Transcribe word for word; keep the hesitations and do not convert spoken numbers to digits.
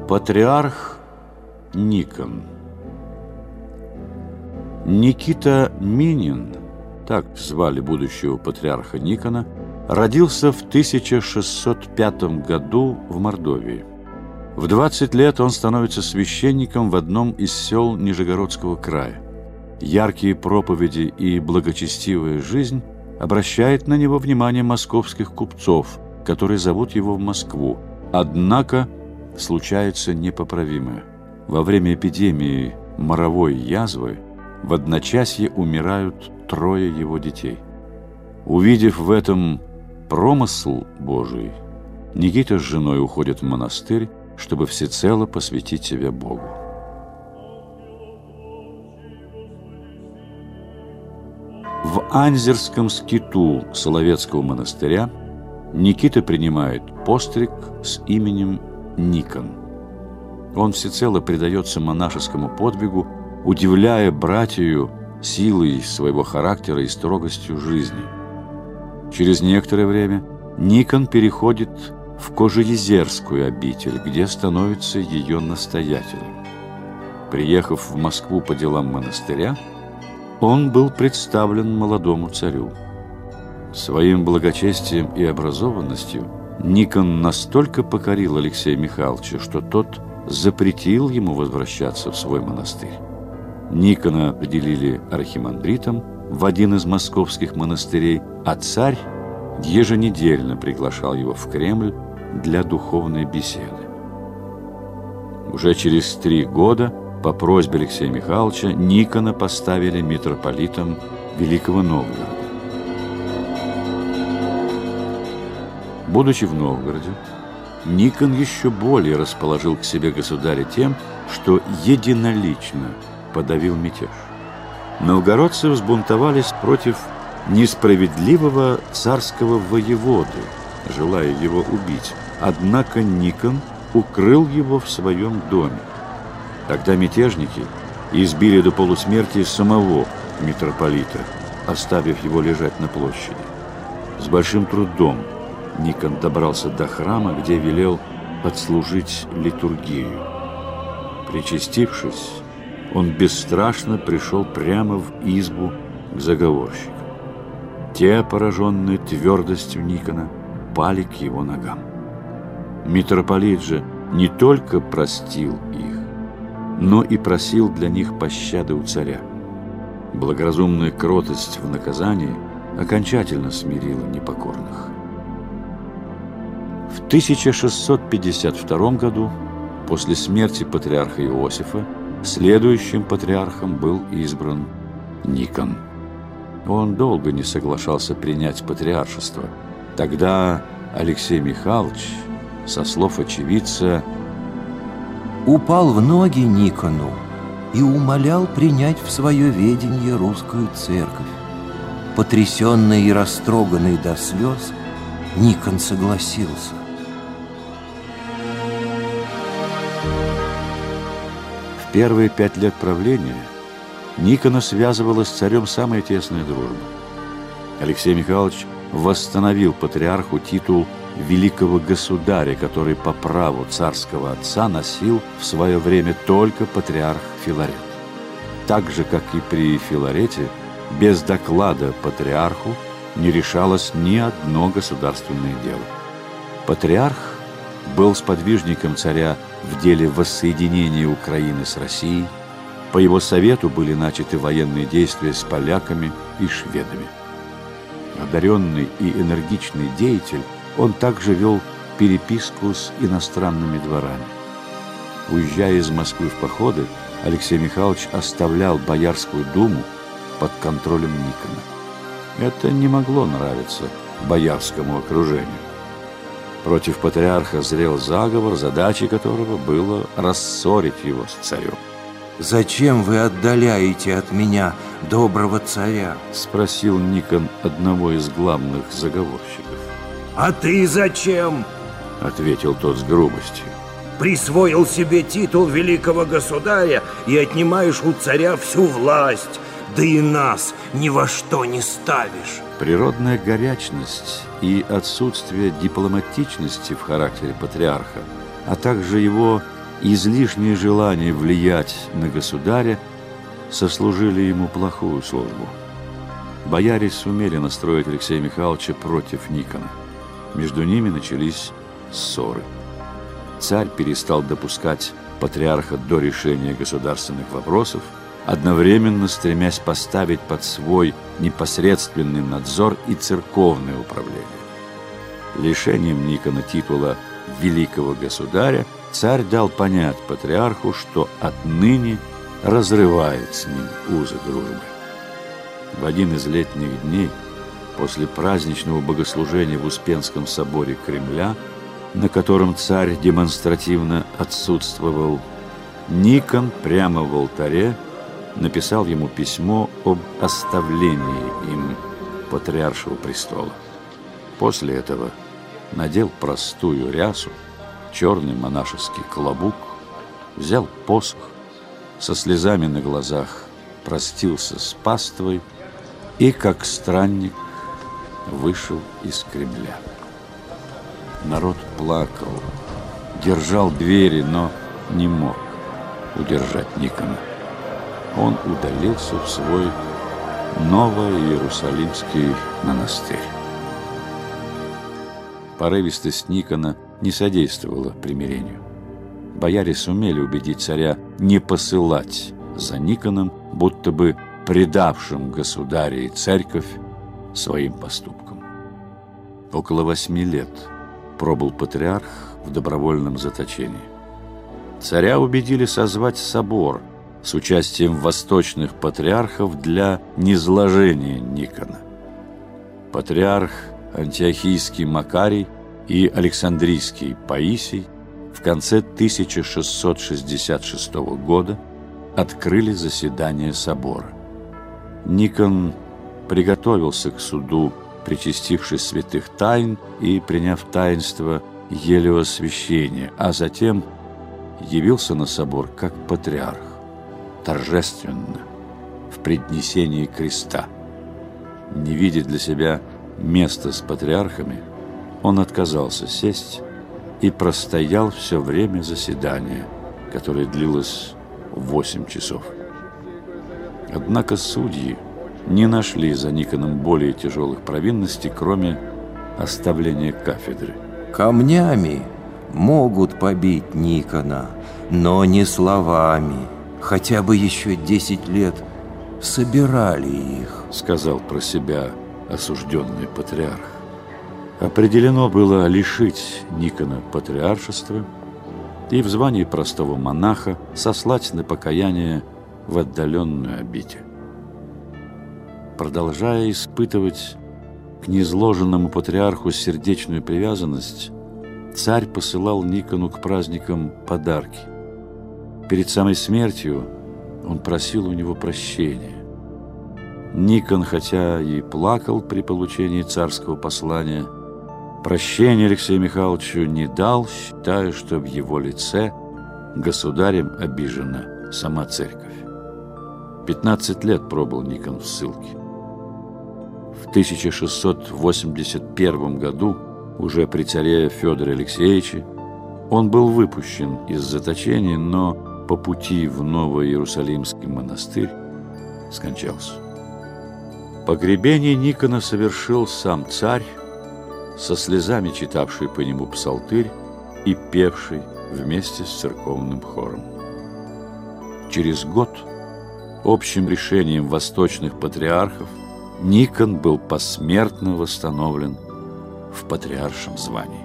Патриарх Никон. Никита Минин, так звали будущего патриарха Никона, родился в тысяча шестьсот пятом году в Мордовии. В двадцать лет он становится священником в одном из сел Нижегородского края. Яркие проповеди и благочестивая жизнь обращает на него внимание московских купцов, которые зовут его в Москву. Однако случается непоправимое. Во время эпидемии моровой язвы в одночасье умирают трое его детей. Увидев в этом промысл Божий, Никита с женой уходят в монастырь, чтобы всецело посвятить себя Богу. В Анзерском скиту Соловецкого монастыря Никита принимает постриг с именем Никон. Он всецело предается монашескому подвигу, удивляя братью силой своего характера и строгостью жизни. Через некоторое время Никон переходит в Кожеезерскую обитель, где становится ее настоятелем. Приехав в Москву по делам монастыря, он был представлен молодому царю. Своим благочестием и образованностью Никон настолько покорил Алексея Михайловича, что тот запретил ему возвращаться в свой монастырь. Никона определили архимандритом в один из московских монастырей, а царь еженедельно приглашал его в Кремль для духовной беседы. Уже через три года по просьбе Алексея Михайловича Никона поставили митрополитом Великого Новгорода. Будучи в Новгороде, Никон еще более расположил к себе государя тем, что единолично подавил мятеж. Новгородцы взбунтовались против несправедливого царского воеводы, желая его убить. Однако Никон укрыл его в своем доме. Тогда мятежники избили до полусмерти самого митрополита, оставив его лежать на площади. С большим трудом Никон добрался до храма, где велел отслужить литургию. Причастившись, он бесстрашно пришел прямо в избу к заговорщикам. Те, пораженные твердостью Никона, пали к его ногам. Митрополит же не только простил их, но и просил для них пощады у царя. Благоразумная кротость в наказании окончательно смирила непокорных. В тысяча шестьсот пятьдесят втором году, после смерти патриарха Иосифа, следующим патриархом был избран Никон. Он долго не соглашался принять патриаршество. Тогда Алексей Михайлович, со слов очевидца, упал в ноги Никону и умолял принять в свое ведение русскую церковь. Потрясенный и растроганный до слез, Никон согласился. В первые пять лет правления Никона связывала с царем самая тесная дружба. Алексей Михайлович восстановил патриарху титул великого государя, который по праву царского отца носил в свое время только патриарх Филарет. Так же, как и при Филарете, без доклада патриарху не решалось ни одно государственное дело. Патриарх был сподвижником царя в деле воссоединения Украины с Россией. По его совету были начаты военные действия с поляками и шведами. Одаренный и энергичный деятель, он также вел переписку с иностранными дворами. Уезжая из Москвы в походы, Алексей Михайлович оставлял Боярскую думу под контролем Никона. Это не могло нравиться боярскому окружению. Против патриарха зрел заговор, задачей которого было рассорить его с царем. «Зачем вы отдаляете от меня доброго царя?» — спросил Никон одного из главных заговорщиков. «А ты зачем?» — ответил тот с грубостью. «Присвоил себе титул великого государя и отнимаешь у царя всю власть, да и нас ни во что не ставишь». Природная горячность и отсутствие дипломатичности в характере патриарха, а также его излишнее желание влиять на государя сослужили ему плохую службу. Бояре сумели настроить Алексея Михайловича против Никона. Между ними начались ссоры. Царь перестал допускать патриарха до решения государственных вопросов, одновременно стремясь поставить под свой непосредственный надзор и церковное управление. Лишением Никона титула великого государя царь дал понять патриарху, что отныне разрывает с ним узы дружбы. В один из летних дней, после праздничного богослужения в Успенском соборе Кремля, на котором царь демонстративно отсутствовал, Никон прямо в алтаре написал ему письмо об оставлении им патриаршего престола. После этого надел простую рясу, черный монашеский клобук, взял посох, со слезами на глазах простился с паствой и, как странник, вышел из Кремля. Народ плакал, держал двери, но не мог удержать Никона. Он удалился в свой Ново-Иерусалимский монастырь. Порывистость Никона не содействовала примирению. Бояре сумели убедить царя не посылать за Никоном, будто бы предавшим государя и церковь своим поступкам. Около восьми лет пробыл патриарх в добровольном заточении. Царя убедили созвать собор с участием восточных патриархов для низложения Никона. Патриарх Антиохийский Макарий и Александрийский Паисий в конце тысяча шестьсот шестьдесят шестого года открыли заседание собора. Никон приготовился к суду, причастившись святых тайн и приняв таинство елеосвящения, а затем явился на собор как патриарх, торжественно, в преднесении креста. Не видя для себя места с патриархами, он отказался сесть и простоял все время заседания, которое длилось восемь часов. Однако судьи не нашли за Никоном более тяжелых провинностей, кроме оставления кафедры. Камнями могут побить Никона, но не словами. Хотя бы еще десять лет собирали их, сказал про себя осужденный патриарх. Определено было лишить Никона патриаршества и в звании простого монаха сослать на покаяние в отдаленную обитель. Продолжая испытывать к низложенному патриарху сердечную привязанность, царь посылал Никону к праздникам подарки. Перед самой смертью он просил у него прощения. Никон, хотя и плакал при получении царского послания, прощения Алексею Михайловичу не дал, считая, что в его лице государем обижена сама церковь. Пятнадцать лет пробыл Никон в ссылке. В тысяча шестьсот восемьдесят первом году, уже при царе Федоре Алексеевиче, он был выпущен из заточения, но по пути в Ново-Иерусалимский монастырь скончался. Погребение Никона совершил сам царь, со слезами читавший по нему псалтырь и певший вместе с церковным хором. Через год общим решением восточных патриархов Никон был посмертно восстановлен в патриаршем звании.